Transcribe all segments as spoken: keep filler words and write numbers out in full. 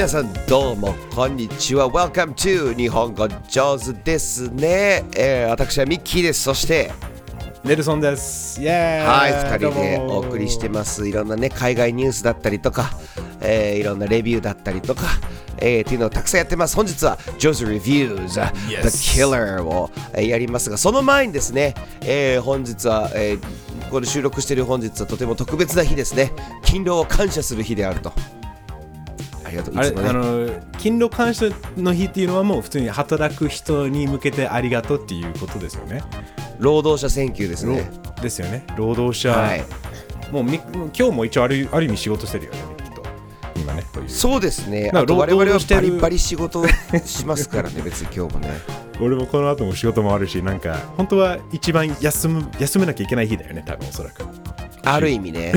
皆さんどうもこんにちは。 Welcome to 日本語上手ですね、えー、私はミッキーです。そしてネルソンです。イエーイ。 はい、ふたりでお送りしてます。いろんなね海外ニュースだったりとか、えー、いろんなレビューだったりとか、えー、っていうのをたくさんやってます。本日は Joe's Reviews、yes. The Killer を、えー、やりますが、その前にですね、えー、本日は、えー、これ収録している本日はとても特別な日ですね。勤労を感謝する日であると。ありがとう。いつもね、 あれ、あの勤労感謝の日っていうのはもう普通に働く人に向けてありがとうっていうことですよね。 労働者選挙ですね。 ですよね。労働者、 はい、 もうみ今日も一応ある、ある意味仕事してるよね、きっと今ね。ういうそうですね。あと我々はバリバリ仕事しますからね。別に今日もね。 俺もこの後も仕事もあるし、なんか本当は一番休む休めなきゃいけない日だよね、多分おそらく。 ある意味ね。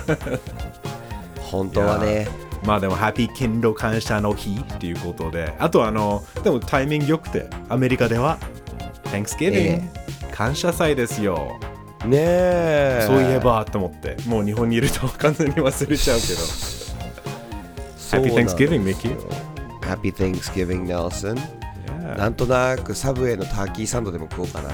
本当はね。 まあでもハッピー勤労感謝の日っていうことで、あとあのでもタイミングよくてアメリカでは Thanksgiving、えー、感謝祭ですよ。 ねえ。 そういえばと思って、もう日本にいると完全に忘れちゃうけど。Happy Thanksgiving, Mickey. Happy Thanksgiving, Nelson.Yeah. なんとなくサブウェイのターキーサンドでも食おうかな。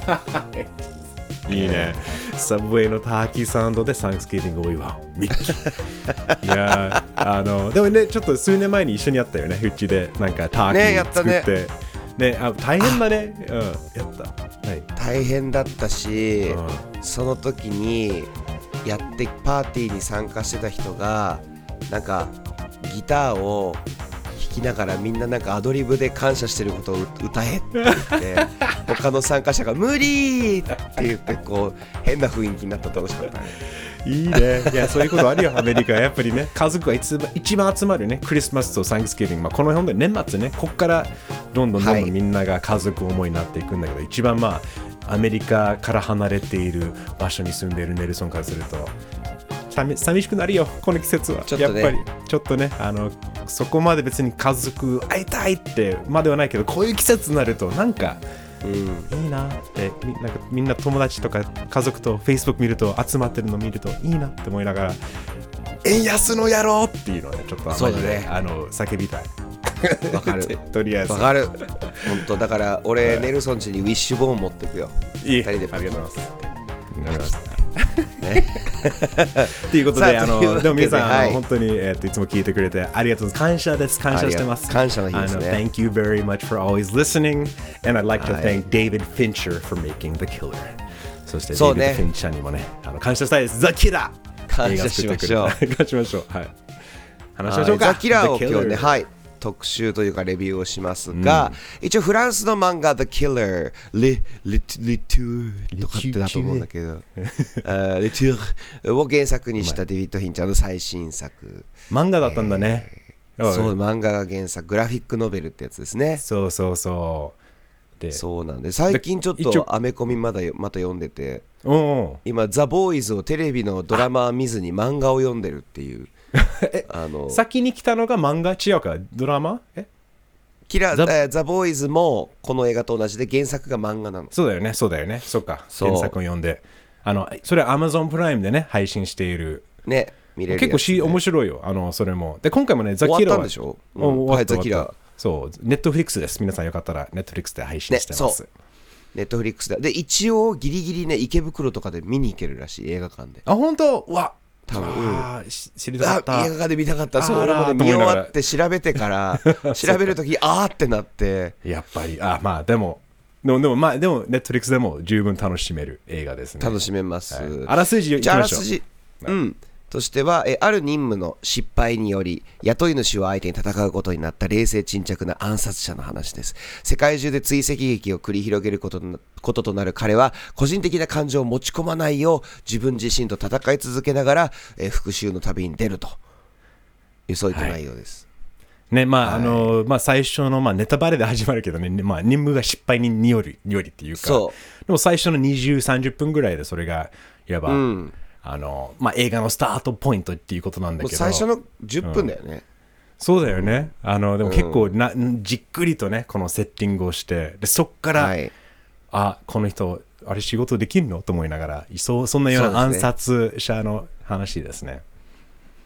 いいね。サブウェイのターキーサンドでサンクスギビングを祝う。ミッキー。いやあのでもね、ちょっと数年前に一緒にやったよね。うちでなんかターキー作って。ね、ね、あ、大変だね。うん、やった。はい、 大変だったし、うん、その時にやってパーティーに参加してた人がなんかギターを弾きながらみんななんかアドリブで感謝してることを歌えって言って他の参加者が無理って言ってこう変な雰囲気になった。楽しかったね。 いいね。いや、そういうことあるよアメリカ。やっぱりね、家族がいつ一番集まるね、クリスマスとサンクスギビング、まあ、この辺で年末ね、ここからどんどんどんどんみんなが家族思いになっていくんだけど、はい、一番まあアメリカから離れている場所に住んでいるネルソンからすると寂, 寂しくなるよ、この季節は。 ちょっとね、 やっぱりちょっとね、あのそこまで別に家族会いたいってまではないけど、こういう季節になるとなんか、うん、いいなってなんかみんな友達とか家族と Facebook 見ると集まってるの見るといいなって思いながら、円安の野郎っていうのね、ちょっとあまりね、あの叫びたい。 わかる。 とりあえずわかる。本当だから俺、はい、ネルソン家にウィッシュボーン持ってくよ。 いい。 ふたりでありがとうございます。ありがとうございます。ね、ということで、あのでも皆さん、はい、あの本当に、えー、といつも聞いてくれてありがとうございます。感謝です。感謝してます。 感謝の日ですね。 Thank you very much for always listening, and I'd like to thank David Fincher for making The Killer。そして David Fincher にもね、あの感謝したいです。The Killer。 感謝しましょう。 感謝しましょう。はい。話しましょうか。 The Killer を今日ね、はい。特集というかレビューをしますが、うん、一応フランスの漫画 The Killer レレレトゥーとかってだと思うんだけどレトゥーを原作にしたデビッド・フィンチャーの最新作。 漫画だったんだね、 えー、そう、漫画が原作、グラフィックノベルってやつですね。 そうそうそうで、 そうなんで最近ちょっとアメコミまだまた読んでて、 お今ザ・ボーイズをテレビのドラマ見ずに漫画を読んでるっていう。 えあの先に来たのが漫画、違うかドラマ？えキラザ・ザボーイズもこの映画と同じで原作が漫画なの。 そうだよね、そうだよね、そうか。そう原作を読んで、あのそれは Amazon プライムでね配信しているね、見れるやつ、ね、 結構し面白いよ。あのそれもで今回もね、ザ・キラーは終わったんでしょ、うん、 終わった、 はい、ザ・キラー。 そう、ネットフリックスです。皆さんよかったらネットフリックスで配信してます。 ね、ネットフリックスで。で一応ギリギリね池袋とかで見に行けるらしい、映画館で。 あ、本当？わ多分、 あ、知りたかった。 映画館で見たかった。そう、俺もね見終わって調べてから調べるときあーってなってやっぱり、あ、まあでもでもでもまあでもネットフリックスでも十分楽しめる映画ですね。 楽しめます、はい、 あらすじいきましょう。 あらすじ、うん、としてはえある任務の失敗により雇い主を相手に戦うことになった冷静沈着な暗殺者の話です。世界中で追跡劇を繰り広げることなこととなる彼は個人的な感情を持ち込まないよう自分自身と戦い続けながらえ復讐の旅に出るというそういった内容です、 はい、ね。まあ、はい、あのまあ最初の、まあ、ネタバレで始まるけどね、まあ、任務が失敗によりによりっていうか、そうでも最初のにじゅう、さんじゅっぷんぐらいでそれがいわば、うん、あのまあ、映画のスタートポイントっていうことなんだけど、 最初のじゅっぷんだよね、うん、 そうだよね。あのでも結構な、うん、じっくりとねこのセッティングをしてでそっから、はい、あ、この人あれ仕事できるのと思いながら、そうそんなような暗殺者の話ですね。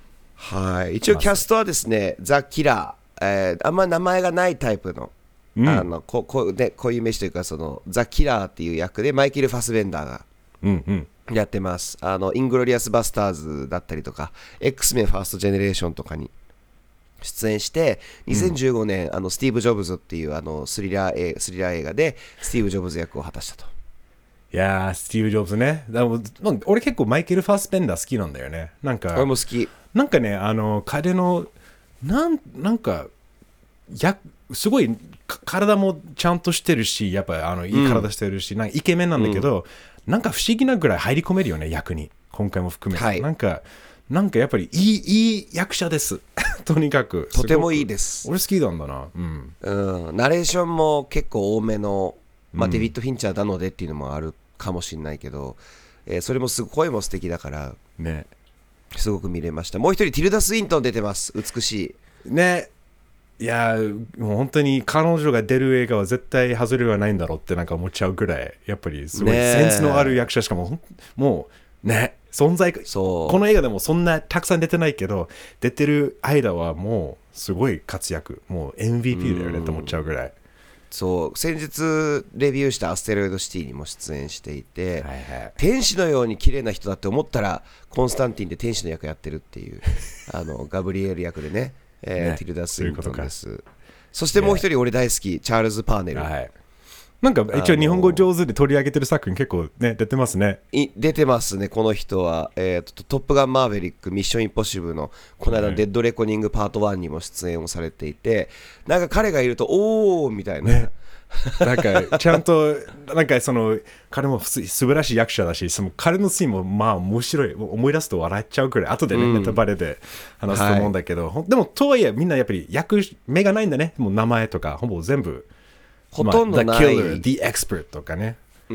はい、一応キャストはですね、ザ・キラー、えー、あんま名前がないタイプの、うん、あのここでこういう名詞というかそのザ・キラーっていう役でマイケル・ファスベンダーがやってます、うんうん、あのイングロリアス・バスターズだったりとか X メンファーストジェネレーションとかに出演してにせんじゅうごねん、うん、あのスティーブ・ジョブズっていうあのスリラー、スリラー映画でスティーブ・ジョブズ役を果たしたと。 いやー、スティーブ・ジョブズね。だ俺結構マイケル・ファスベンダー好きなんだよね。なんか俺も好き。 なんかね、あの彼のなんなんかやすごい体もちゃんとしてるし、やっぱあのいい体してるし、うん、なんかイケメンなんだけど、うん、なんか不思議なぐらい入り込めるよね、役に。今回も含めて、はい、なんかなんかやっぱりいいいい役者ですとにかくとてもいいです。 俺好きなんだな、うんうん、ナレーションも結構多めの、まあ、デビッド・フィンチャーなのでっていうのもあるかもしれないけど、えー、それもすごい声も素敵だからね、 すごく見れました。もう一人ティルダ・スウィントン出てます。美しいね。いやもう本当に彼女が出る映画は絶対外れはないんだろうってなんか思っちゃうぐらい、やっぱりすごいセンスのある役者しかももうね、存在この映画でもそんなたくさん出てないけど、出てる間はもうすごい活躍、もう エムブイピー だよねって思っちゃうぐらい。 そう先日レビューしたアステロイドシティにも出演していて、 はいはい、 天使のように綺麗な人だって思ったらコンスタンティンで天使の役やってるっていうあのガブリエル役でね、えーね、ティルダ・スウィントンです。そしてもう一人俺大好き、チャールズ・パーネル、 はい、なんか一応日本語上手で取り上げてる作品結構ね出てますね。 い出てますね、この人は、えー、とトップガンマーヴェリック、ミッションインポッシブルのこの間のデッドレコニングパートワンにも出演をされていて、なんか彼がいるとおーみたいな、ね、 なんかちゃんとなんかその彼も素晴らしい役者だし、その彼のシーンもまあ面白い、思い出すと笑っちゃうくらい、後でね、うん、ネタバレで話すと思うんだけど、はい、でもとはいえみんなやっぱり役目がないんだね。もう名前とかほぼ全部ほとんどない、 まあ、The Killer、The Expert とかね、 うん、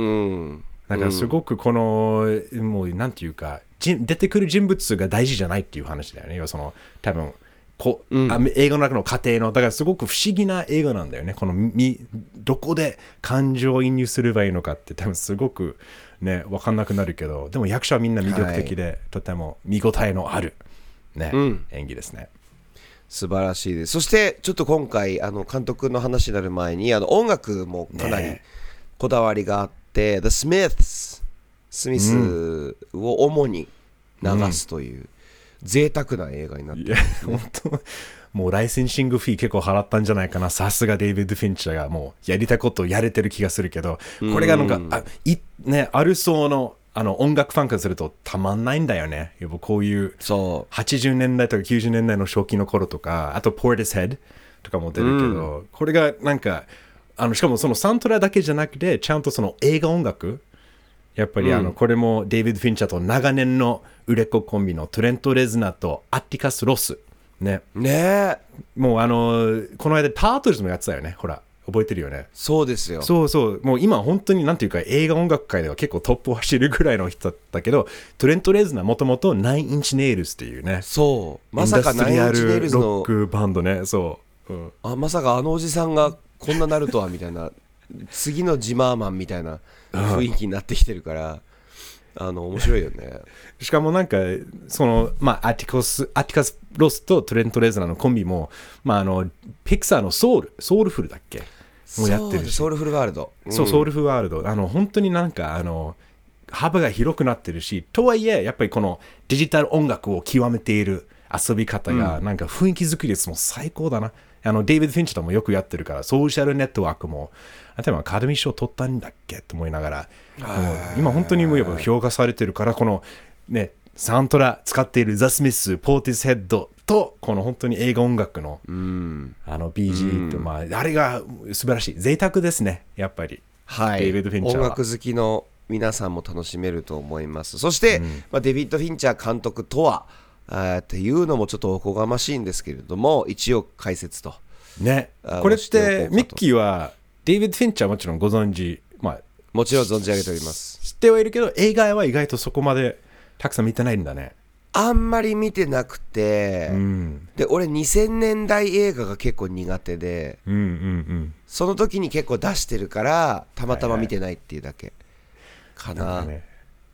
なんかすごくこの、うん、もうなんていうか出てくる人物が大事じゃないっていう話だよね。要はその多分こ、うん、映画の中の過程の、だからすごく不思議な映画なんだよね。このみどこで感情を移入すればいいのかって多分すごくね分かんなくなるけど、でも役者はみんな魅力的で、はい、とても見応えのある、ね、うん、演技ですね。 素晴らしいです。そしてちょっと今回あの監督の話になる前にあの音楽もかなりこだわりがあって、ね、The Smiths スミスを主に流すという、うん、贅沢な映画になってる、ね、 いや本当もうライセンシングフィー結構払ったんじゃないかな。さすがデイビッド・フィンチャーがもうやりたいことをやれてる気がするけど、これがなんか、うん、あいねある層のあの音楽ファンからするとたまんないんだよね。やっぱこういうはちじゅうねんだいとかきゅうじゅうねんだいの初期の頃とか、あと Portishead とかも出るけど、うん、これがなんかあのしかもそのサントラだけじゃなくてちゃんとその映画音楽、やっぱりあの、うん、これもデイビッド・フィンチャーと長年の売れっ子コンビのトレント・レズナーとアッティカス・ロスね。 ねもうあのこの間タートルズもやってたよね。ほら覚えてるよね。 そうですよ。 そうそう。もう今本当になんていうか映画音楽界では結構トップを走るぐらいの人だったけど、トレント・レズナーもともとナインインチネイルズっていうね。 そうまさかナインインチネイルズのロックバンドね。そう、うん、 あまさかあのおじさんがこんななるとはみたいな次のジマーマンみたいな雰囲気になってきてるからあの面白いよね。 しかもなんかそのまあアティカスアティカスロスとトレント・レズナーのコンビもまああのピクサーのソウルソウルフルだっけもうやってるし、 ソウルフルワールド、 うん、そうソウルフルワールドあの本当になんかあの幅が広くなってるし、とはいえやっぱりこのデジタル音楽を極めている遊び方がなんか雰囲気作りですもう最高だな。あのデイビッド・フィンチともよくやってるから、ソーシャルネットワークも例えばアカデミー賞取ったんだっけと思いながら、今本当にもう評価されてるから、このねサントラ使っているザ・スミス、ポーティスヘッドとこの本当に映画音楽の、うん、あの ビージー と、まあ、あれが素晴らしい贅沢ですねやっぱり、 はい、デイビッド・フィンチャーは音楽好きの皆さんも楽しめると思います。そして、うんまあ、デイビッド・フィンチャー監督とはっていうのもちょっとおこがましいんですけれども、一応解説とね、これってミッキーはデイビッド・フィンチャーもちろんご存知、まあ、 もちろん存じ上げております。 知ってはいるけど映画は意外とそこまでたくさん見てないんだね。 あんまり見てなくて、うん、で俺にせんねんだい映画が結構苦手で、うんうんうん、その時に結構出してるからたまたま見てないっていうだけかな、はいはい、ね、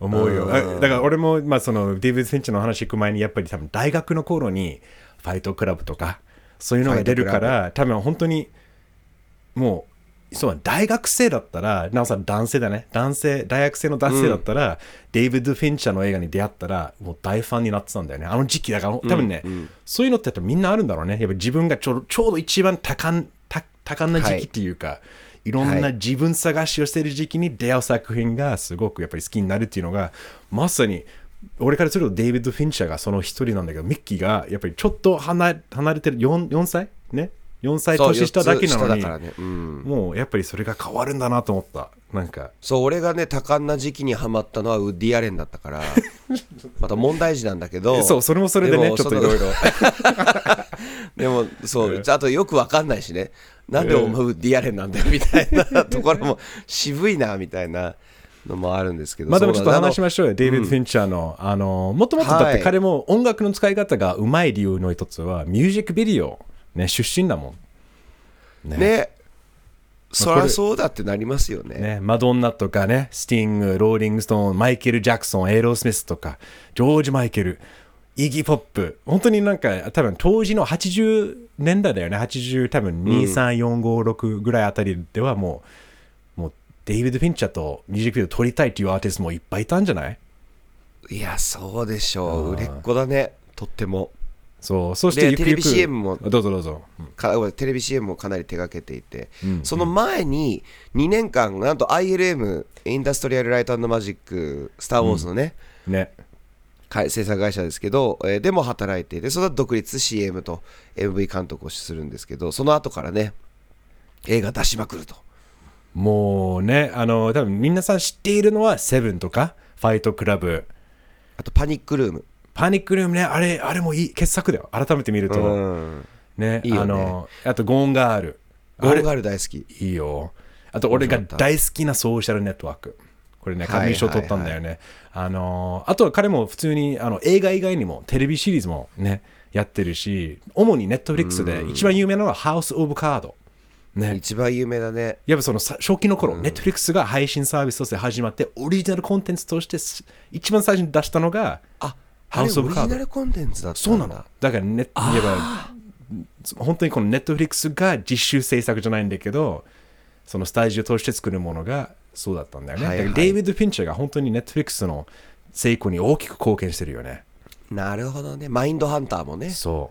思うよ。だから俺も、まあ、そのデイビッド・フィンチャーの話行く前にやっぱり多分大学の頃にファイトクラブとかそういうのが出るから多分本当にもうそう大学生だったらなおさん男性だね男性大学生の男性だったら、うん、デイビッド・フィンチャーの映画に出会ったらもう大ファンになってたんだよねあの時期だから多分ね、うんうん、そういうのってみんなあるんだろうねやっぱ自分がちょうどちょうど一番多感多多感な時期っていうか、はいいろんな自分探しをしている時期に出会う作品がすごくやっぱり好きになるっていうのがまさに俺からするとデイビッド・フィンチャーがその一人なんだけどミッキーがやっぱりちょっと離れてる 4, 4歳ねよんさい年下だけなのに、ねうん、もうやっぱりそれが変わるんだなと思ったなんかそう俺がね多感な時期にハマったのはウッディ・アレンだったからまた問題児なんだけどそうそれもそれでねちょっといろいろでもそうあとよくわかんないしねなんでお前ウッディ・アレンなんだよみたいなところも渋いなみたいなのもあるんですけどまあでもちょっと話しましょうよデイビッド・フィンチャーの、うん、あのもともとだって彼も音楽の使い方がうまい理由の一つはミュージックビデオね、出身だもんね。ねそりゃそうだってなりますよね。 ねマドンナとかね、スティング、ローリングストーン、マイケル・ジャクソン、エイロー・スミスとか、ジョージ・マイケル、イギー・ポップ、本当になんか多分当時のはちじゅうねんだいだよね、はちじゅう多分に、さん、よん、ご、ろくぐらいあたりではもう、もうデイビッド・フィンチャーとミュージックビデオ撮りたいっていうアーティストもいっぱいいたんじゃない？ いや、そうでしょう。売れっ子だね、とっても。 そうそしてゆくゆくテレビ シーエム もどうぞどうぞ、 かテレビ シーエム もかなり手掛けていて、うん、その前ににねんかんなんと アイエルエム インダストリアルライト&マジックスター・ウォーズのね、うん、ね制作会社ですけど、えー、でも働いていてその後独立 シーエム と エムブイ 監督をするんですけどその後からね映画出しまくるともうねあの多分皆さん知っているのはセブンとかファイトクラブあとパニックルームパニックルームね、あれ、あれもいい傑作だよ。改めて見ると。うんね、いいよね。あの、あとゴーンガール。 ゴーンガール大好き。 いいよ。あと俺が大好きなソーシャルネットワーク。これね、カミー賞取ったんだよね。はいはいはい、あの、あとは彼も普通にあの映画以外にもテレビシリーズもね、やってるし、主にネットフリックスで一番有名なのはハウス・オブ・カード。 ね、一番有名だね。 やっぱその初期の頃、ネットフリックスが配信サービスとして始まって、オリジナルコンテンツとして一番最初に出したのが、 あハウスオブカード。オリジナルコンテンツだったんだ。 そうなの。だからね、言えば本当にこのネットフリックスが実習制作じゃないんだけど、そのスタジオとして作るものがそうだったんだよね。はいはい、だからデイビッド・フィンチャーが本当にネットフリックスの成功に大きく貢献してるよね。 なるほどね。マインドハンターもね。 そう。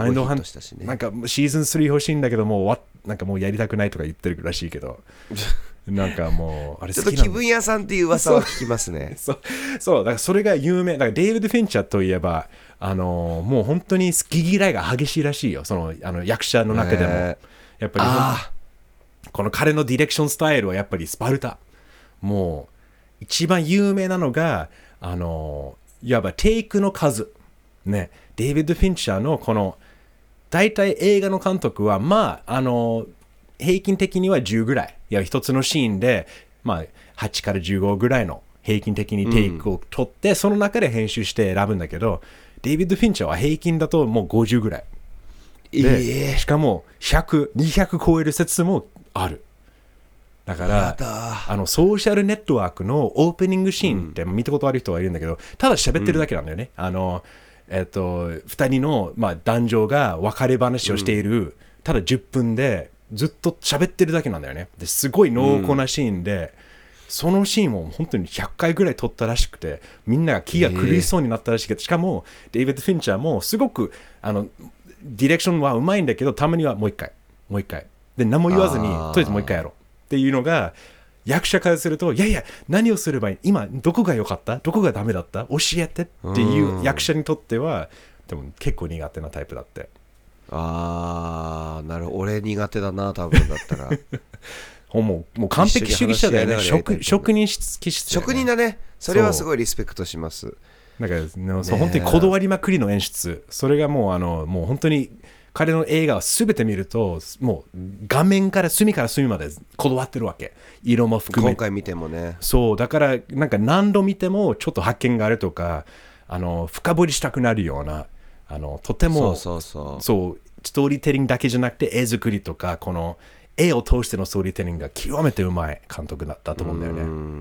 マインドハンター、ね、なんかシーズンスリー欲しいんだけどもうなんかもうやりたくないとか言ってるらしいけど。なんかもうあれ好きなんだ。 ちょっと気分屋さんっていう噂は聞きますね。 そうそうだからそれが有名だからデイビッド・フィンチャーといえばあのもう本当に好き嫌いが激しいらしいよそのあの役者の中でも、えー、やっぱりこの彼のディレクションスタイルはやっぱりスパルタもう一番有名なのがあのいわばテイクの数ねデイビッド・フィンチャーのこの大体映画の監督はまああの平均的にはじゅうぐらい。いや、一つのシーンで、まあ、はちからじゅうごぐらいの平均的にテイクを取って、うん、その中で編集して選ぶんだけど、デイビッド・フィンチャーは平均だともうごじゅうぐらい。で、えー、しかもひゃく、にひゃく超える説もある。だから、あの、ソーシャルネットワークのオープニングシーンって見たことある人はいるんだけど、ただ喋ってるだけなんだよね。うん、あの、えっと、二人の、まあ、男女が別れ話をしている、うん、ただじゅっぷんで、ずっと喋ってるだけなんだよね。ですごい濃厚なシーンで、うん、そのシーンも本当にひゃっかいぐらい撮ったらしくて、みんなが気が狂いそうになったらしくて、しかもデイビッド・フィンチャーもすごくあのディレクションはうまいんだけど、たまにはもう一回、もう一回。で、何も言わずに、とりあえずもう一回やろうっていうのが、役者からすると、いやいや、何をすればいい今、どこが良かったどこがダメだった教えてっていう役者にとっては、でも結構苦手なタイプだって。 あーなるほど俺苦手だな多分だったらもう、もう完璧主義者だよね 職, 職人気質、 ね、職人だねそれはすごいリスペクトしますなんか、ね、そう本当にこだわりまくりの演出それがもうあのもう本当に彼の映画を全て見るともう画面から隅から隅までこだわってるわけ色も含め今回見てもねそうだからなんか何度見てもちょっと発見があるとかあの深掘りしたくなるようなあのとてもそうそうそうそうストーリーテリングだけじゃなくて絵作りとかこの絵を通してのストーリーテリングが極めてうまい監督だったと思うんだよね。 うん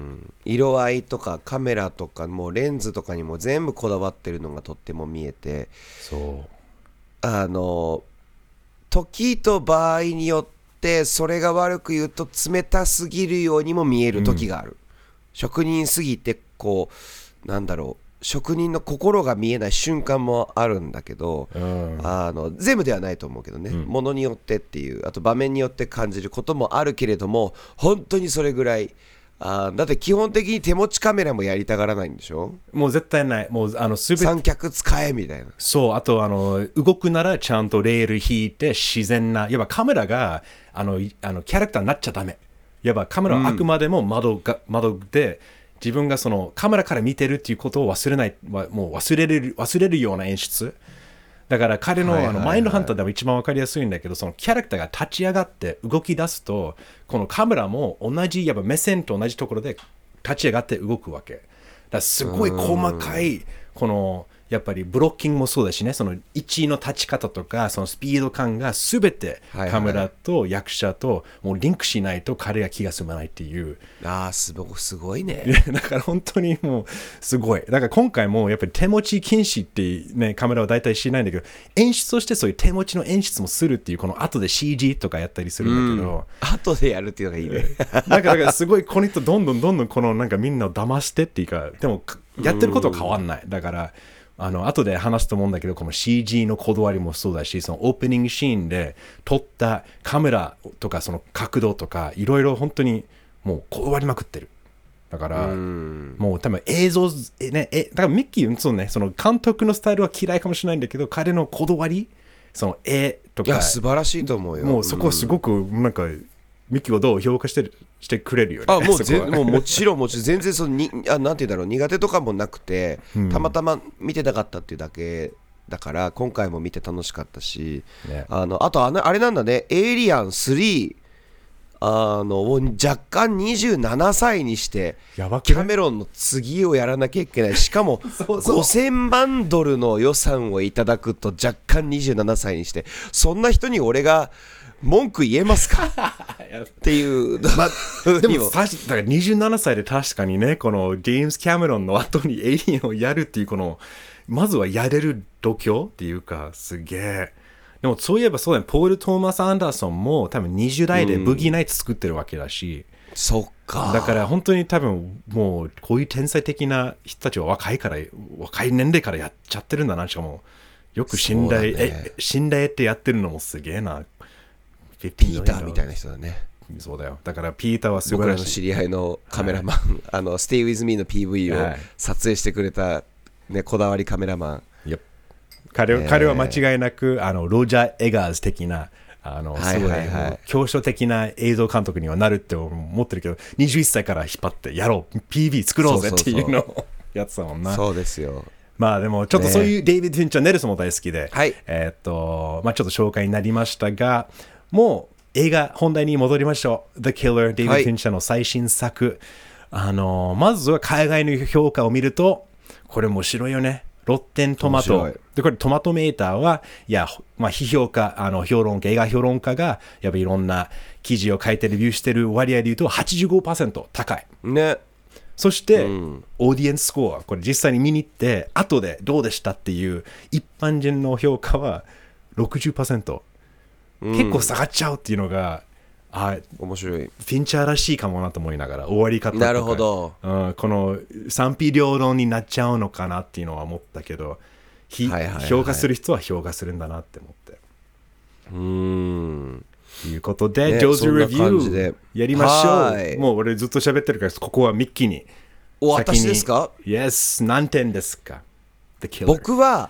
色合いとかカメラとかもうレンズとかにも全部こだわってるのがとっても見えて、 そうあの時と場合によってそれが悪く言うと冷たすぎるようにも見える時がある、うん、職人すぎてこうなんだろう職人の心が見えない瞬間もあるんだけど、うん、あの全部ではないと思うけどね、うん、ものによってっていうあと場面によって感じることもあるけれども本当にそれぐらいあだって基本的に手持ちカメラもやりたがらないんでしょ。 もう絶対ない。もうあの全て三脚使えみたいな。 そう。あとあの動くならちゃんとレール引いて自然な。やっぱカメラがあのあのキャラクターになっちゃダメ。やっぱカメラはあくまでも窓が、うん、窓で自分がそのカメラから見てるっていうことを忘れない、もう忘れる忘れるような演出。だから彼の、あのマインドハンターでも一番わかりやすいんだけど、そのキャラクターが立ち上がって動き出すと、このカメラも同じやっぱ目線と同じところで立ち上がって動くわけ。だからすごい細かいこのやっぱりブロッキングもそうだしね、その位置の立ち方とかそのスピード感がすべてカメラと役者ともうリンクしないと彼が気が済まないっていう。 ああすごすごいね。 だから本当にもうすごい。だから今回もやっぱり手持ち禁止ってねカメラは大体しないんだけど、演出としてそういう手持ちの演出もするっていうこの後で シージー とかやったりするんだけど、 うん、後でやるっていうのがいいね。 だからだからすごいこの人どんどんどんどんこのなんかみんなを騙してっていうか、でもやってることは変わんない。だからあの後で話すと思うんだけど、この シージー のこだわりもそうだし、そのオープニングシーンで撮ったカメラとかその角度とかいろいろ本当にもうこだわりまくってる。だからもう多分映像ね、えだからミッキーそうね、その監督のスタイルは嫌いかもしれないんだけど、彼のこだわり、その絵とか、 いや素晴らしいと思うよ。 もうそこはすごくなんか、うん、ミッキーをどう評価してるしてくれるよね。 あもうぜもうもちろんもちろん全然そのにあなんて言うんだろう、苦手とかもなくて、うん、たまたま見てなかったっていうだけだから今回も見て楽しかったし、ね、あのあとあのあれなんだね、エイリアンスリーあの若干にじゅうななさいにしてキャメロンの次をやらなきゃいけない、しかもごせんまんドルの予算をいただくと若干にじゅうななさいにして、そんな人に俺が文句言えますかっていう、まあ、 でもだからにじゅうななさいで確かにね、このジェームス・キャメロンの後にエイリアンをやるっていうこのまずはやれる度胸っていうか、すげえ。でもそういえばそうだね、ポール・トーマス・アンダーソンも多分にじゅう代でブギーナイツ作ってるわけだし、 うん、そっか。 だから本当に多分もうこういう天才的な人たちは若いから若い年齢からやっちゃってるんだな。しかもよく信頼、ね、え信頼ってやってるのもすげえな。 ピーターみたいな人だね。 そうだよ。だからピーターはすごい。 僕らの知り合いのカメラマン、はい、あの Stay With Me の ピーブイ を撮影してくれた、ね、こだわりカメラマン。 Yep. 彼, えー、彼は間違いなくあのロジャー・エガーズ的なあのすごい教書的な映像監督にはなるって思ってるけど、にじゅういっさいから引っ張ってやろう ピーブイ 作ろうぜっていうのをやってたもんな。 そうですよ。 まあでもちょっとそういうデイビッド・フィンチャー、ネルソンも大好きで、 はい、 えー、っとまあちょっと紹介になりましたが、もう映画本題に戻りましょう。The Killer、デイビッド・フィンチャーの最新作、はい、あのまずは海外の評価を見るとこれ面白いよね。ロッテントマトで、これトマトメーターはいや、まあ、批評家、あの評論家、映画評論家がやっぱいろんな記事を書いてレビューしてる割合で言うと はちじゅうごパーセント 高いね。そして、うん、オーディエンススコア、これ実際に見に行って後でどうでしたっていう一般人の評価は ろくじゅっパーセント、うん、結構下がっちゃうっていうのが、あ、 面白い。 フィンチャーらしいかもなと思いながら、終わり方とか、 なるほど、 うん、この賛否両論になっちゃうのかなっていうのは思ったけど、はいはいはい、評価する人は評価するんだなって思って、 うーんということで、ね、上手レビューやりましょう。もう俺ずっと喋ってるから、ここはミッキーにお私ですか。 Yes、 何点ですか。 The Killer。 僕は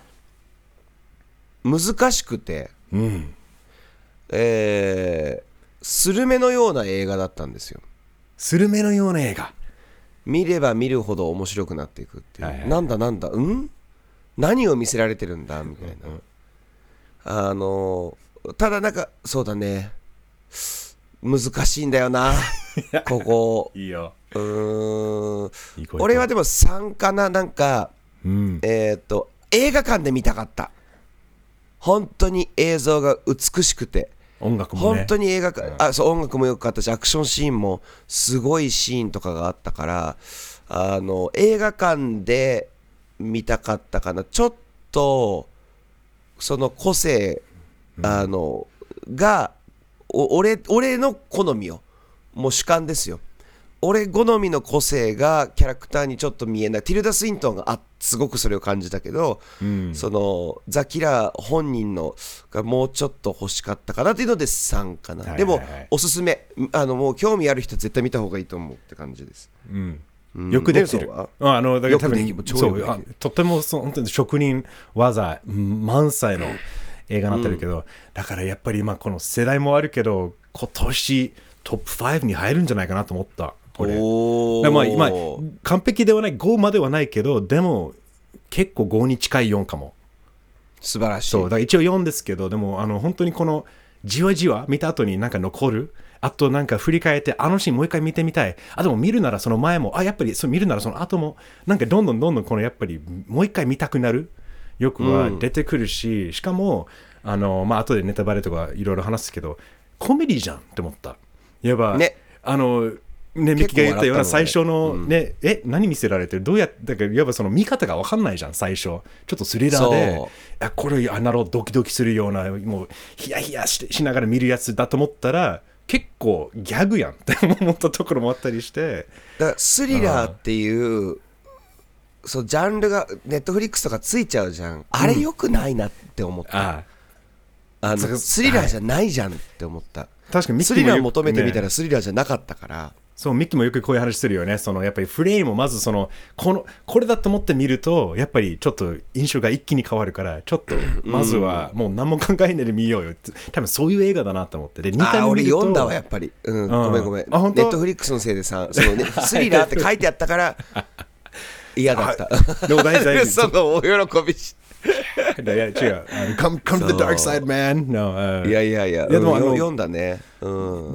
難しくて、 うん、 えースルメのような映画だったんですよ。 スルメのような映画。 見れば見るほど面白くなっていくっていう、 はいはい、 なんだなんだ、うん何を見せられてるんだみたいな、うんうん、あのただなんかそうだね、難しいんだよなここいいよ。 うーんいい子いい子。俺はでもさんかな。なんか、 うん、 えっと映画館で見たかった。本当に映像が美しくて、 音楽もね本当に映画か、うん、あそう音楽も良かったしアクションシーンもすごいシーンとかがあったからあの映画館で見たかったかな。ちょっとその個性、うん、あのがお俺俺の好みよもう主観ですよ。俺好みの個性がキャラクターにちょっと見えない。ティルダ・スウィントンがあすごくそれを感じたけど、うん、そのザ・キラー本人のがもうちょっと欲しかったかなというのでさんかな、はいはいはい、でもおすすめあのもう興味ある人は絶対見た方がいいと思うって感じです、 うんうん、よくできてる。ああのだから多分そうあとてもそう本当に職人技満載の映画になってるけど、うん、だからやっぱりまあこの世代もあるけど今年トップごに入るんじゃないかなと思った。これまあ今完璧ではないごまではないけどでも結構ごに近いよんかも。 素晴らしい。 そうだから一応よんですけどでもあの本当にこのじわじわ見た後になんか残る。あとなんか振り返ってあのシーンもう一回見てみたい。あでも見るならその前もあやっぱりそ見るならその後もなんかどんどんどんどんこのやっぱりもう一回見たくなる欲は出てくるし、うん、しかもあのまあ後でネタバレとかいろいろ話すけどコメディじゃんって思った。いわば、ね、あのね、ミキが言ったような最初のね、うん、え何見せられてるどうやってだからいわばその見方が分かんないじゃん最初ちょっとスリラーであこれあなるほどドキドキするようなもうヒヤヒヤ し, しながら見るやつだと思ったら結構ギャグやんって思ったところもあったりしてだからスリラーっていうそうジャンルがネットフリックスとかついちゃうじゃん、うん、あれ良くないなって思った、うん、ああのスリラーじゃないじゃんって思った、はい、 確かにミッキーもスリラー求めてみたらスリラーじゃなかったから、ね、 そうミッキーもよくこういう話するよね。そのやっぱりフレームをまずそのこのこれだと思って見るとやっぱりちょっと印象が一気に変わるからちょっとまずはもう何も考えないで見ようよって多分そういう映画だなと思ってでにかいめ見るとあ俺読んだわやっぱり、うん、ごめんごめんネットフリックスのせいでさその、ね、スリラーって書いてあったから嫌だったでも大事そのお喜びしいや違う come, come to the dark side man no、uh, いやいやいやでも、うん、読んだね、うん、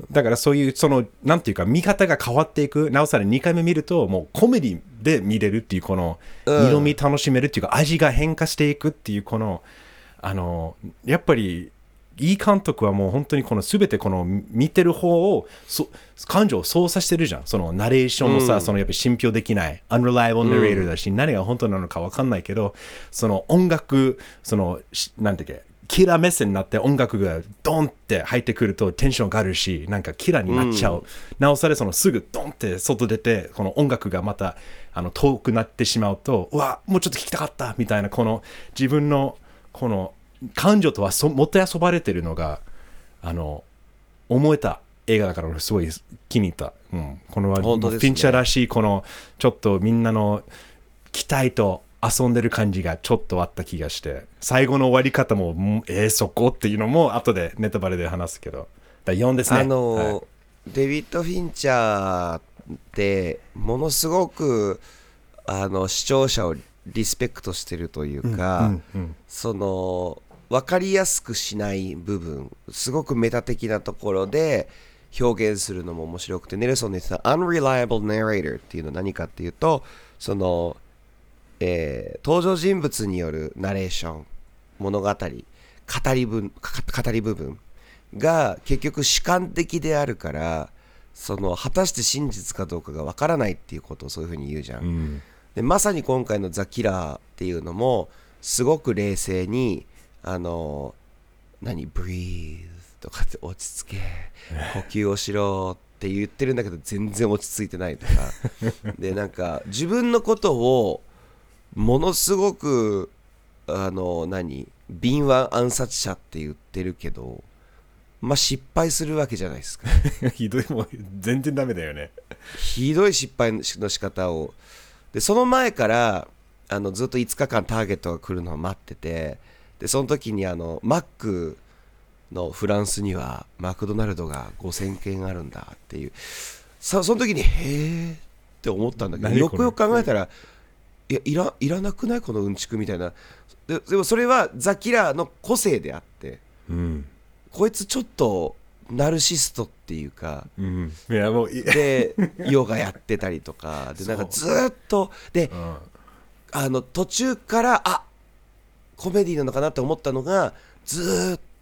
だからそういうそのなんていうか見方が変わっていくなおさらにかいめ見るともうコメディで見れるっていうこの色味楽しめるっていうか、うん、味が変化していくっていうこのあのやっぱりいい監督はもう本当にこの全てこの見てる方をそ感情を操作してるじゃん。そのナレーションもさ、うん、そのやっぱり信憑できない unreliable narrator だし、うん、何が本当なのか分かんないけどその音楽そのなんていうかキラー目線になって音楽がドンって入ってくるとテンションがあるしなんかキラーになっちゃう、うん、なおさらそのすぐドンって外出てこの音楽がまたあの遠くなってしまうとうわもうちょっと聞きたかったみたいなこの自分のこの感情とはそもてあそばれてるのがあの思えた映画だからすごい気に入った、うん、この、ね、フィンチャーらしいこのちょっとみんなの期待と遊んでる感じがちょっとあった気がして最後の終わり方もえー、そこっていうのも後でネタバレで話すけどだよんですね。 あの、はい、デビッド・フィンチャーってものすごくあの視聴者をリスペクトしてるというか、うんうんうん、その分かりやすくしない部分すごくメタ的なところで表現するのも面白くてネルソンの言ってた unreliable narrator っていうのは何かっていうとその、えー、登場人物によるナレーション物語語り分語り部分が結局主観的であるからその果たして真実かどうかが分からないっていうことをそういうふうに言うじゃん、うん、でまさに今回のザ・キラーっていうのもすごく冷静にあの何 breathe とかって落ち着け呼吸をしろって言ってるんだけど全然落ち着いてないとかでなんか自分のことをものすごくあの何敏腕暗殺者って言ってるけどまあ失敗するわけじゃないですかひどいもん全然ダメだよねひどい失敗の仕方をでその前からあのずっといつかかんターゲットが来るのを待っててでその時にあのマックのフランスにはマクドナルドがごせんけんあるんだっていうそ, その時にへーって思ったんだけどよくよく考えたらいや い, らいらなくないこのうんちくみたいな で, でもそれはザ・キラーの個性であって、うん、こいつちょっとナルシストっていうか、うん、いやもうでヨガやってたりとかでなんかずっとで、うん、あの途中からあコメディなのかなって思ったのがずっ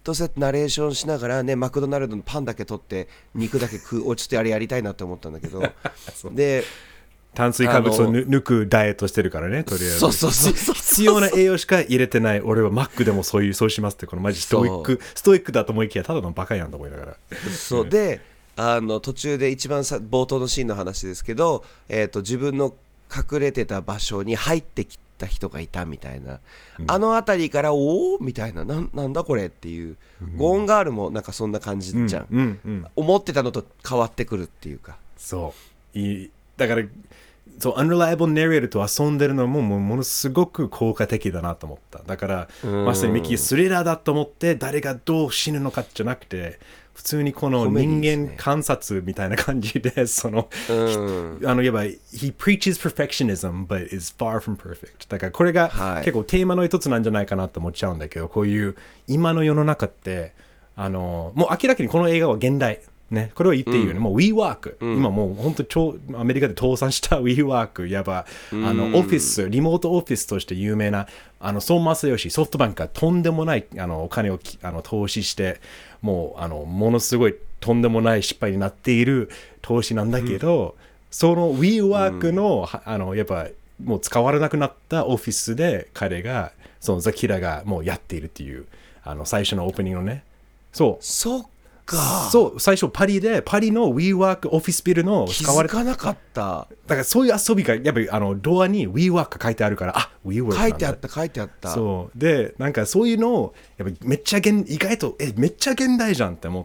とそうやってナレーションしながらね、マクドナルドのパンだけ取って肉だけ食う、おちょっとあれやりたいなって思ったんだけどで炭水化物を抜くダイエットしてるからね、とりあえず。 そうそうそうそう、 必要な栄養しか入れてない。俺はマックでもそういうそうしますって、このマジストイックストイックだと思いきやただのバカやんと思いながら。 そうで、あの途中で一番さ冒頭のシーンの話ですけど、えーと、自分の隠れてた場所に入ってきた人がいたみたいな、うん、あの辺りからおおみたいな、な、なんだこれっていう、うん、ゴーンガールもなんかそんな感じじゃん、うんうんうん、思ってたのと変わってくるっていうか。 そういいだからそう、unreliable narrator と遊んでるのももうものすごく効果的だなと思った。だからまさにミキスリラーだと思って誰がどう死ぬのかじゃなくて、普通にこの人間観察みたいな感じで、その、あの言えば he preaches perfectionism but is far from perfect。 だからこれが結構テーマの一つなんじゃないかなと思っちゃうんだけど、こういう今の世の中ってあのもう明らかにこの映画は現代ね、これは言っていいよね、うん、もう WeWork、うん、今もう本当超アメリカで倒産した WeWork、 やば、うん、あのオフィス、リモートオフィスとして有名なあの孫正義ソフトバンクがとんでもないあのお金をあの投資して、もうあのものすごいとんでもない失敗になっている投資なんだけど、うん、その WeWork の、うん、あのやっぱもう使われなくなったオフィスで彼がそのザキラがもうやっているっていう、あの最初のオープニングのね、そうそうそう最初パリでパリの WeWork オフィスビルの使われ気づかなかった。 だからそういう遊びがやっぱりあのドアに WeWork が書いてあるから、あ WeWork なんだ、 書いてあった書いてあった。 そうでなんかそういうのをやっぱめっちゃ現意外とえめっちゃ現代じゃんって思って、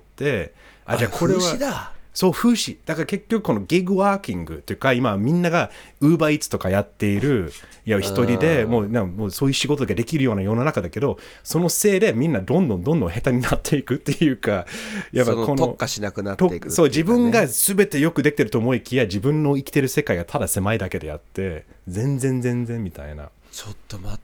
あじゃあこれは風刺だ。 そう風刺だから結局このギグワーキングというか、今みんなが Uber Eats とかやっている、いや一人でもうなんかもうそういう仕事ができるような世の中だけど、そのせいでみんなどんどんどんどん下手になっていくっていうか、 やっぱこの特化しなくなっていくっていうかね、 そう自分が全てよくできてると思いきや、自分の生きてる世界がただ狭いだけであって全然全然みたいな。 ちょっと待って、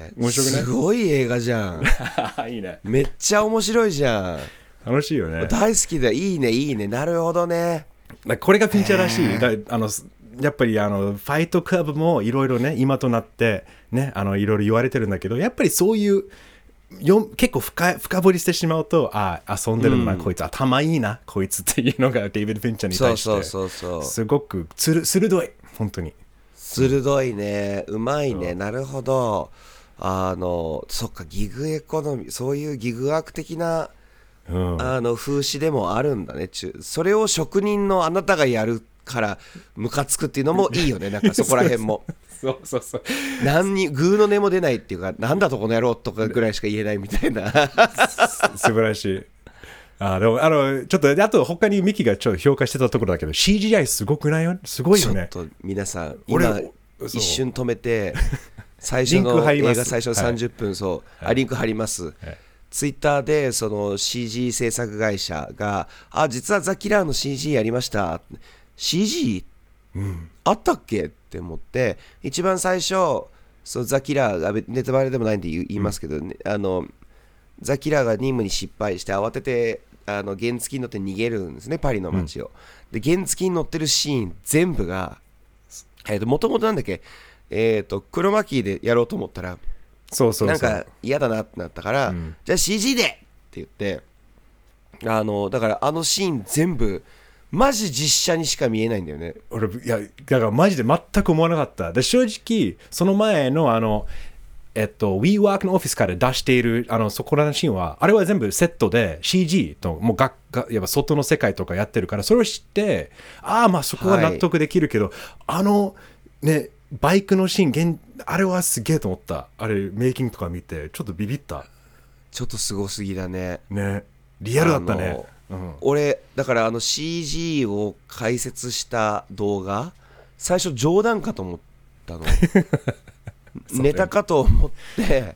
面白くない？ すごい映画じゃんいいね、 めっちゃ面白いじゃん。 楽しいよね。 大好きだ。いいねいいね。なるほどね。 これがフィンチャーらしい。だあのやっぱりあのファイトクラブもいろいろね今となってねあのいろいろ言われてるんだけど、やっぱりそういうよ結構 深, 深掘りしてしまうと、あ遊んでるのな、うん、こいつ頭いいなこいつっていうのがデイビッド・フィンチャーに対してすごくつる鋭い、本当に鋭いね、うまいね。なるほど。あのそっか、ギグエコノミー、そういうギグワーク的な、うん、あの風刺でもあるんだね。それを職人のあなたがやるからムカつくっていうのもいいよね。なんかそこら辺もそうそうそう、 何にグーの音も出ないっていうか、なんだとこの野郎とかぐらいしか言えないみたいな素晴らしい。あでもあのちょっとあと他にミキがちょっと評価してたところだけど シージーアイ すごくないよ、すごいよね。 ちょっと皆さん今一瞬止めて最初の映画最初のさんじゅっぷん、はい、そう、はい、あリンク貼ります、はい、ツイッターでその シージー 制作会社が、あ実はザ・キラーの シージー やりました、 シージー、うん、あったっけって思って、一番最初そうザ・キラーがネタバレでもないんで言いますけど、ね、うん、あのザ・キラーが任務に失敗して慌ててあの原付に乗って逃げるんですね、パリの街を、うん、で原付に乗ってるシーン全部がもともとなんだっけ、えーとクロマキーでやろうと思ったらそうそうそうなんか嫌だなってなったから、うん、じゃあ シージー でって言って、あのだからあのシーン全部マジ実写にしか見えないんだよね。 俺いやだからマジで全く思わなかった。で正直その前のあのえっと WeWork のオフィスから出しているあのそこらのシーンはあれは全部セットで シージー ともうががやっぱ外の世界とかやってるから、それを知ってああまあそこは納得できるけど、はい、あのねバイクのシーンあれはすげえと思った。あれメイキングとか見てちょっとビビった。 ちょっとすごすぎだね。 ねリアルだったね。うん、 俺だからあの シージー を解説した動画最初冗談かと思ったのネタかと思って、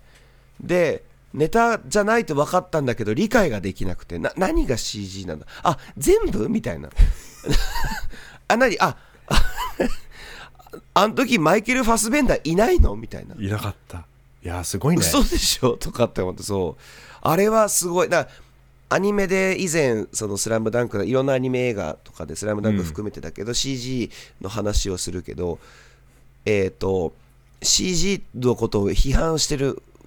でネタじゃないと分かったんだけど理解ができなくて、な何が シージー なんだ、あ全部みたいなあ何ああの時マイケル・ファスベンダーいないのみたいな。 いなかった。いやすごいね。 嘘でしょとかって思って、そうあれはすごいだ。アニメで以前そのスラムダンクのいろんなアニメ映画とかでスラムダンク含めてだけど、うん、シージー の話をするけど、えっと シージー のことを批判してる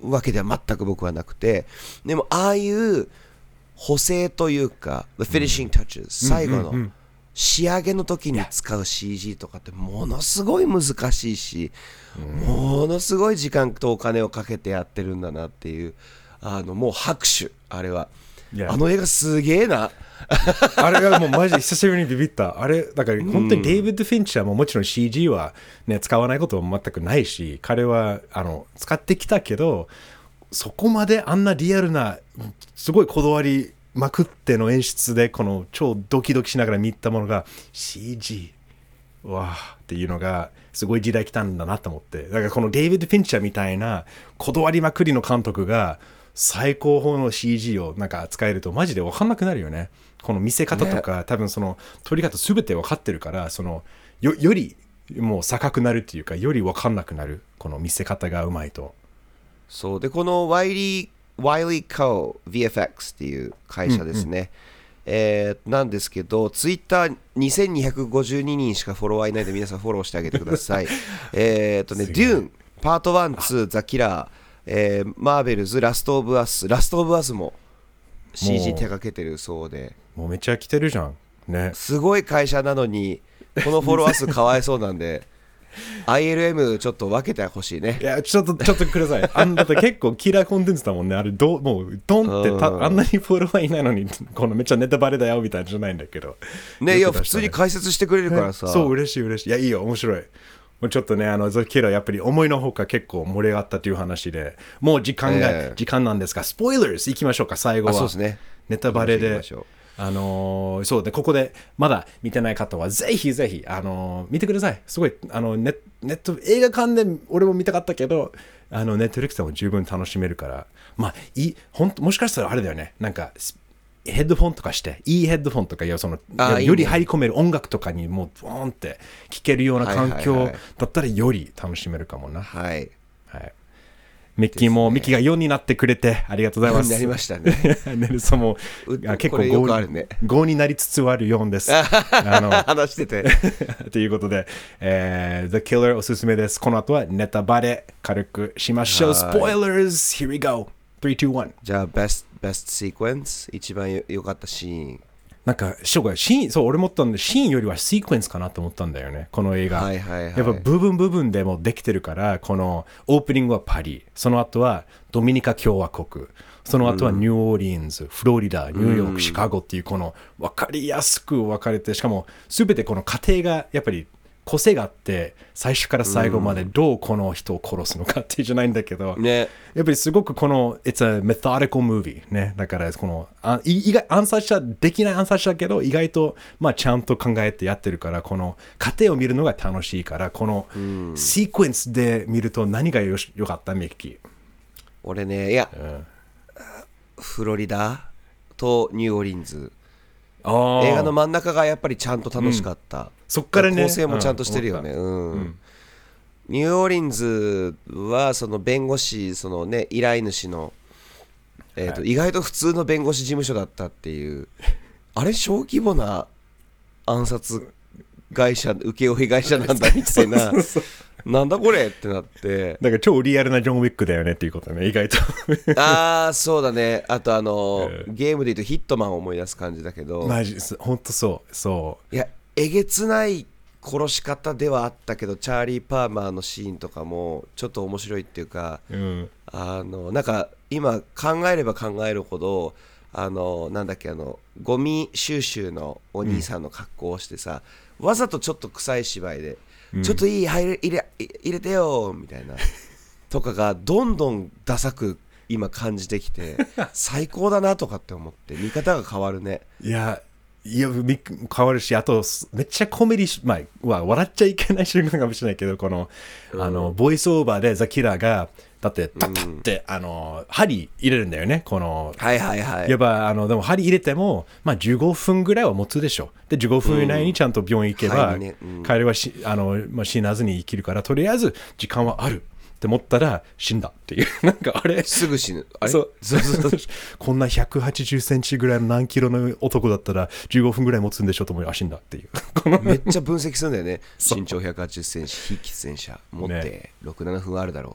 わけでは全く僕はなくて、でもああいう補正というか The finishing touches、うん、最後の仕上げの時に使う シージー とかってものすごい難しいし、うん、ものすごい時間とお金をかけてやってるんだなっていう、あのもう拍手、あれはあの映画すげえなあれはもうマジで久しぶりにビビった。あれだから本当にデイビッド・フィンチャーももちろん シージー は、ね、使わないことは全くないし、彼はあの使ってきたけど、そこまであんなリアルなすごいこだわりまくっての演出でこの超ドキドキしながら見たものが シージー わーっていうのがすごい時代来たんだなと思って、だからこのデイビッド・フィンチャーみたいなこだわりまくりの監督が最高峰の シージー をなんか使えるとマジで分かんなくなるよね。この見せ方とか、ね、多分その撮り方すべて分かってるから、その よ, よりもう高くなるっていうか、より分かんなくなる、この見せ方がうまいと。 そうで、このワイリー・ワイリー・コー ブイエフエックス っていう会社ですね、うんうん、えー、なんですけど、ツイッターにせんにひゃくごじゅうににんしかフォロワーいないので皆さんフォローしてあげてくださいえっとね、デューンパートワン、ツー、ザ・キラー、えー、マーベルズ、ラスト・オブ・アス、ラスト・オブ・アスも シージー 手掛けてるそうで、 もうめっちゃ来てるじゃん、ね、 すごい会社なのにこのフォロワー数かわいそうなんでアイエルエム ちょっと分けてほしいね。 いやちょっとちょっとください。あんだって結構キラーコンテンツだもんね。あれどもうドンってたあんなにフォロワーいないのにこのめっちゃネタバレだよみたいなじゃないんだけど。 ね、いや普通に解説してくれるからさ。 そう嬉しい嬉しい。いやいいよ面白い。もうちょっとね、あのザ・キラーやっぱり思いのほか結構盛り上がったという話で、もう時間が、えー、時間なんですが、スポイラーズいきましょうか。最後はそうですね、 ネタバレで。あのー、そうでここでまだ見てない方はぜひぜひ、あのー、見てください。すごいあの ネ, ネット映画館で俺も見たかったけど、あのネットフリックスでも十分楽しめるから、まあいいほんもしかしたらあれだよね、なんかヘッドフォンとかしていいヘッドフォンとかそのより入り込める音楽とかにもうボーンって聴けるような環境だったらより楽しめるかもな。 はい、 はい、ミッキーも、ね、ミッキーがよんになってくれてありがとうございます。 よんになりましたね。 ネルソンも結構 ご, ね、 ごになりつつあるよんです。あの話してて。 ということで、えー、The Killer おすすめです。この後はネタバレ軽くしましょう。Spoilers! Here we go! スリー、ツー、ワン。 じゃあ Best, best Sequence 一番良かったシーン。 なんかシーンそう俺思ったんでシーンよりはシークエンスかなと思ったんだよね、この映画。 はいはいはい、 やっぱ部分部分でもできてるから、このオープニングはパリ、その後はドミニカ共和国、その後はニューオーリンズ、うん、フロリダ、ニューヨーク、うん、シカゴっていうこの分かりやすく分かれて、しかも全てこの過程がやっぱり個性があって、最初から最後までどうこの人を殺すのかっていうじゃないんだけど、ね、やっぱりすごくこの It's a methodical movie ね、だからこのあ意外暗殺者できない暗殺者だけど意外とまあちゃんと考えてやってるから、この過程を見るのが楽しいから、このシークエンスで見ると何がよしよかったミッキー？ 俺ね、いや、うん、フロリダとニューオーリンズ、映画の真ん中がやっぱりちゃんと楽しかった、うん、 そっからね、 構成もちゃんとしてるよね、うんうん、ニューオーリンズはその弁護士、そのね依頼主の、えーとはい、意外と普通の弁護士事務所だったっていうあれ小規模な暗殺会社請負会社なんだみたいななんだこれってなって、 だから超リアルなジョン・ウィックだよねっていうことね、意外とああそうだね。あとあの、えー、ゲームで言うとヒットマンを思い出す感じだけど、 マジですほんとそうそういやえげつない殺し方ではあったけど、チャーリー・パーマーのシーンとかもちょっと面白いっていうか、うん、あのなんか今考えれば考えるほど、あのなんだっけ、あのゴミ収集のお兄さんの格好をしてさ、うん、わざとちょっと臭い芝居で、うん、ちょっといい入れ入れ入れてよみたいなとかがどんどんダサく今感じてきて最高だなとかって思って見方が変わるね。 いやいや変わるし、あとめっちゃコメディ、まあ、笑っちゃいけない瞬間かもしれないけど、この、うん、あのボイスオーバーでザ・キラーがだってタッタッって、うん、あの針入れるんだよね、このはいはいはい、 やっぱあのでも針入れても、まあ、じゅうごふんぐらいは持つでしょ。でじゅうごふん以内にちゃんと病院行けば、うんねうん、彼はしあの、まあ、死なずに生きるから、とりあえず時間はあるって思ったら死んだっていうなんかあれすぐ死ぬ、あれそうそうそうこんなひゃくはちじゅっセンチぐらいの何キロの男だったらじゅうごふんぐらい持つんでしょと思う、あ死んだっていうめっちゃ分析するんだよね。身長ひゃくはちじゅっセンチ、非喫煙者持ってろく、ななふんあるだろ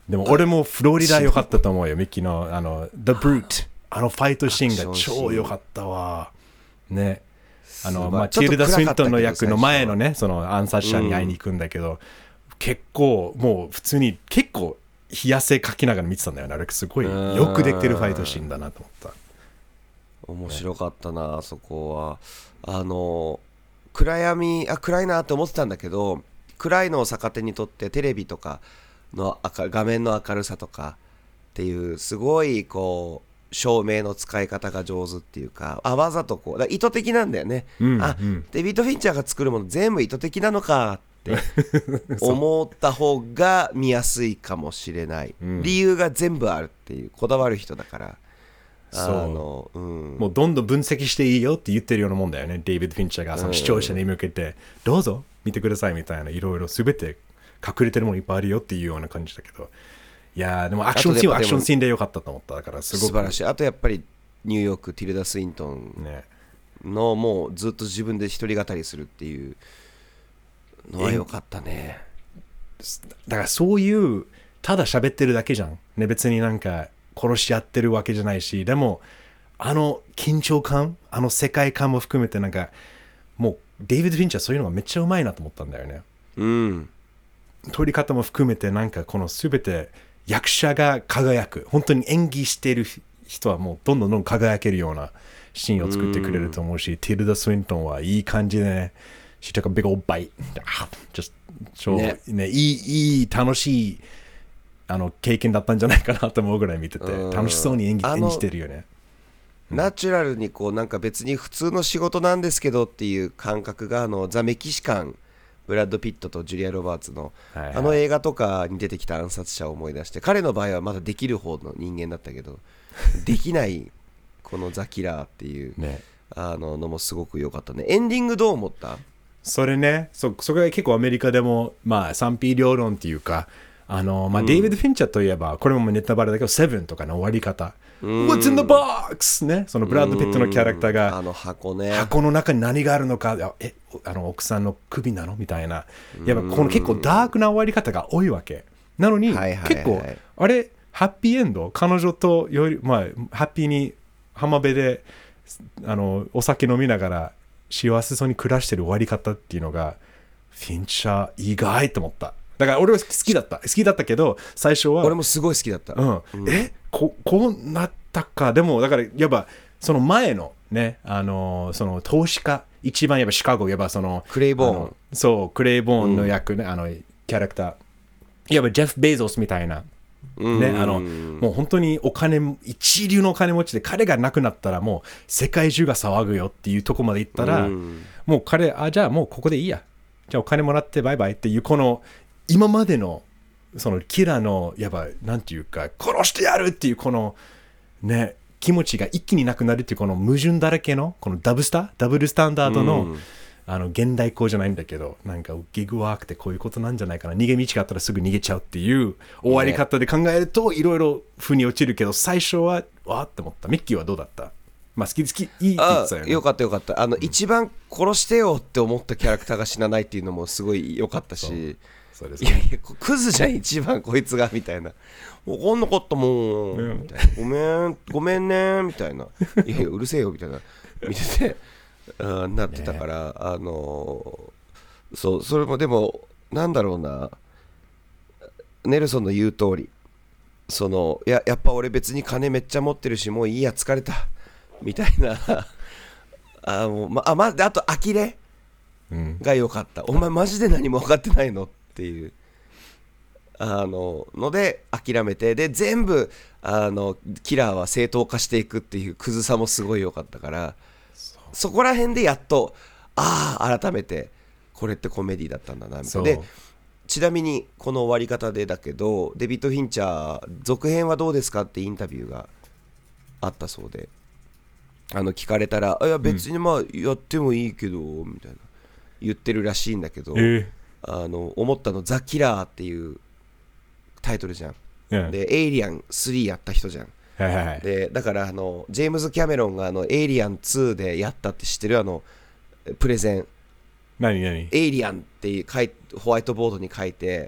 でも俺もフロリダ良かったと思うよ、ミッキーのあの The Brute、あのファイトシーンが超良かったわ。ね。あのまあ、ティルダ・スウィントンの役の前のね、その暗殺者に会いに行くんだけど、うん、結構もう普通に結構冷や汗かきながら見てたんだよね。あれすごいよくできてるファイトシーンだなと思った。 面白かったな、あそこは。あの暗闇、あ暗いなって思ってたんだけど、暗いのを逆手にとってテレビとかの画面の明るさとかっていうすごいこう照明の使い方が上手っていうか、あわざとこうだ意図的なんだよね、うん、あ、うん、デビッド・フィンチャーが作るもの全部意図的なのかって思った方が見やすいかもしれない、うん、理由が全部あるっていうこだわる人だから。 そう、あの、うん、もうどんどん分析していいよって言ってるようなもんだよね。デイビッド・フィンチャーがその視聴者に向けて、うん、どうぞ見てくださいみたいな、いろいろ全て隠れてるものいっぱいあるよっていうような感じだけど、いやーでもアクションシーンはアクションシーンでよかったと思った。だからすごく素晴らしい。あとやっぱりニューヨークティルダ・スウィントンのもうずっと自分で一人語りするっていうのはよかったね。 だからそういうただ喋ってるだけじゃんね、別になんか殺し合ってるわけじゃないし、でもあの緊張感、あの世界観も含めてなんかもうデイビッド・フィンチャーそういうのがめっちゃうまいなと思ったんだよね。 うん。 撮り方も含めてなんかこの全て役者が輝く、本当に演技している人はもうどんどんどんどん輝けるようなシーンを作ってくれると思うし、ティルダ・スウィントンはいい感じでね、She took a big old bite just 超ね、ね、いい、いい楽しいあの経験だったんじゃないかなと思うぐらい見てて、楽しそうに演技演じてるよね。 ナチュラルにこうなんか別に普通の仕事なんですけどっていう感覚があのザ・メキシカン、ブラッド・ピットとジュリア・ロバーツの、はいはい、あの映画とかに出てきた暗殺者を思い出して、彼の場合はまだできる方の人間だったけどできないこのザ・キラーっていう、ね、あののもすごく良かったね。エンディングどう思った？ それね、そそこが結構アメリカでもまあ賛否両論っていうか、あのまあ、うん、デイビッド・フィンチャーといえばこれもネタバレだけどセブンとかの終わり方、うん、What's in the box? ね、そのブラッド・ピットのキャラクターがあの箱ね、 箱の中に何があるのか、えあの奥さんの首なのみたいな、やっぱこの結構ダークな終わり方が多いわけなのに、はいはいはい、結構あれハッピーエンド、彼女とより、まあ、ハッピーに浜辺であのお酒飲みながら幸せそうに暮らしてる終わり方っていうのがフィンチャー意外と思った。だから俺は好きだった好きだったけど最初は俺もすごい好きだった、 うんうん、え こ, こうなったか。でもだからやっぱその前のね、あのその投資家一番やっぱシカゴやっぱそのクレイボーン、 そうクレイボーンの役ね、うん、あのキャラクターやっぱジェフ・ベイゾスみたいな、うんね、あのもう本当にお金一流のお金持ちで、彼が亡くなったらもう世界中が騒ぐよっていうとこまで行ったら、うん、もう彼あじゃあもうここでいいや、じゃあお金もらってバイバイっていうこの今までのそのキラのやっぱなんていうか殺してやるっていうこのね気持ちが一気になくなるっていうこの矛盾だらけのこのダブスターダブルスタンダードの、うん、あの現代校じゃないんだけど、なんかギグワークってこういうことなんじゃないかな、逃げ道があったらすぐ逃げちゃうっていう終わり方で考えるといろいろ腑に落ちるけど、最初はわーって思った。ミッキーはどうだった？まあ好き好きいいって言ってたよね。 よかったよかった。あの、うん、一番殺してよって思ったキャラクターが死なないっていうのもすごい良かったし、そうですね、いやいやクズじゃん一番こいつがみたいな、分かんなかったもん、うん、みたいな、ごめんごめんねみたいな、いやいやうるせえよみたいな見ててあなってたから、ね、あのそうそれもでもなんだろうな、ネルソンの言う通り、そのややっぱ俺別に金めっちゃ持ってるしもういいや疲れたみたいなあもう、まあ、まあと呆れが良かった、うん、お前マジで何も分かってないのっていうあのので諦めて、で全部あのキラーは正当化していくっていうクズさもすごい良かったから、 そ, そこら辺でやっとああ改めてこれってコメディだったんだなみたいな。でちなみにこの終わり方でだけど、デビッド・フィンチャー続編はどうですかってインタビューがあったそうで、あの聞かれたらいや別にまあやってもいいけどみたいな言ってるらしいんだけど、えー、あの思ったのザ・キラーっていうタイトルじゃん、yeah. でエイリアンスリーやった人じゃん、はいはいはい、でだからあのジェームズ・キャメロンがあのエイリアンツーでやったって知ってる？あのプレゼン何何エイリアンって書いホワイトボードに書いて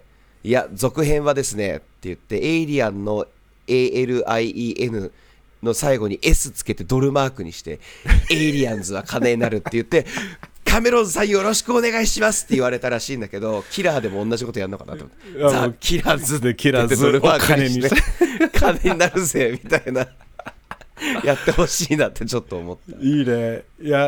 いや続編はですねって言ってエイリアンの エーエルアイイーエヌ の最後に S つけてドルマークにしてエイリアンズは金になるって言ってカメロンさんよろしくお願いしますって言われたらしいんだけど、キラーでも同じことやるのかなと思って、ザ・キラーズでキラーズドルマークにして金になるぜみたいなやってほしいなってちょっと思った。 いいね。いや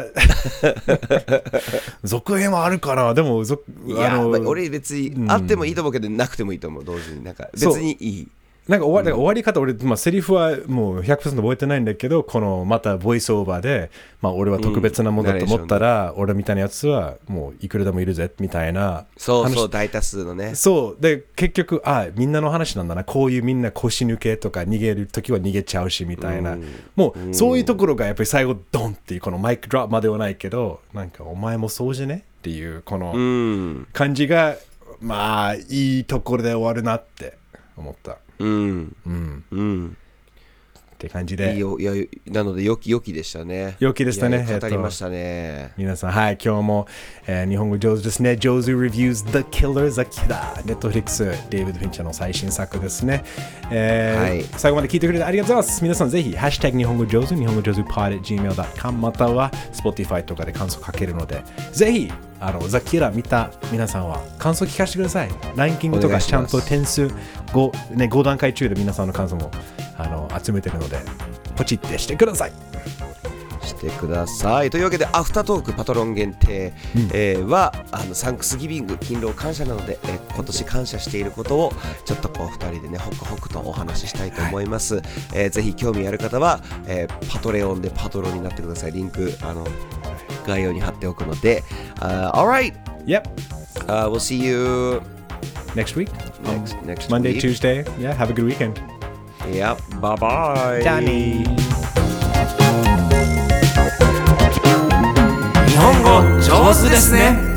続編はあるかな。でも続いやあの俺別にあってもいいと思うけど、なくてもいいと思う。同時になんか別にいい。 なんか終わり、うん、終わり方俺、まあ、セリフはもう ひゃくパーセント 覚えてないんだけど、このまたボイスオーバーで、まあ、俺は特別なものだと思ったら、うん、俺みたいなやつはもういくらでもいるぜみたいな。 そうそう大多数のね。 そうで結局あみんなの話なんだな、こういうみんな腰抜けとか逃げるときは逃げちゃうしみたいな、うん、もうそういうところがやっぱり最後ドンっていうこのマイクドロップまではないけど、なんかお前もそうじゃねっていうこの感じが、まあいいところで終わるなって思った。うんうんうんって感じで、 いいよ、いやなので良き良きでしたね。 良きでしたね。 語りましたね、えっと、 皆さん、はい、今日も、えー、日本語上手ですね。上手 Reviews The Killer The Killer、 Netflix デイビッド・フィンチャーの最新作ですね、えーはい、最後まで聞いてくれてありがとうございます。皆さんぜひハッシュタグ日本語上手、日本語上手 pod at gmail dot com または Spotify とかで感想書けるので、ぜひあのザ・キラー見た皆さんは感想聞かせてください。ランキングとかちゃんと点数 5,、ね、ご段階中で皆さんの感想もあの集めてるのでポチってしてください。 してください。というわけでアフタートークパトロン限定、うんえー、はあのサンクスギビング勤労感謝なので、えー、今年感謝していることをちょっとこうふたりでねホクホクとお話ししたいと思います、はいえー、ぜひ興味ある方は、えー、パトレオンでパトロンになってください。リンクあの概要に貼っておくので、uh, Alright Yep、uh, We'll see you next week next, next Monday week. Tuesday Yeah have a good weekend Yep Bye bye じゃあね。 日本語上手ですね。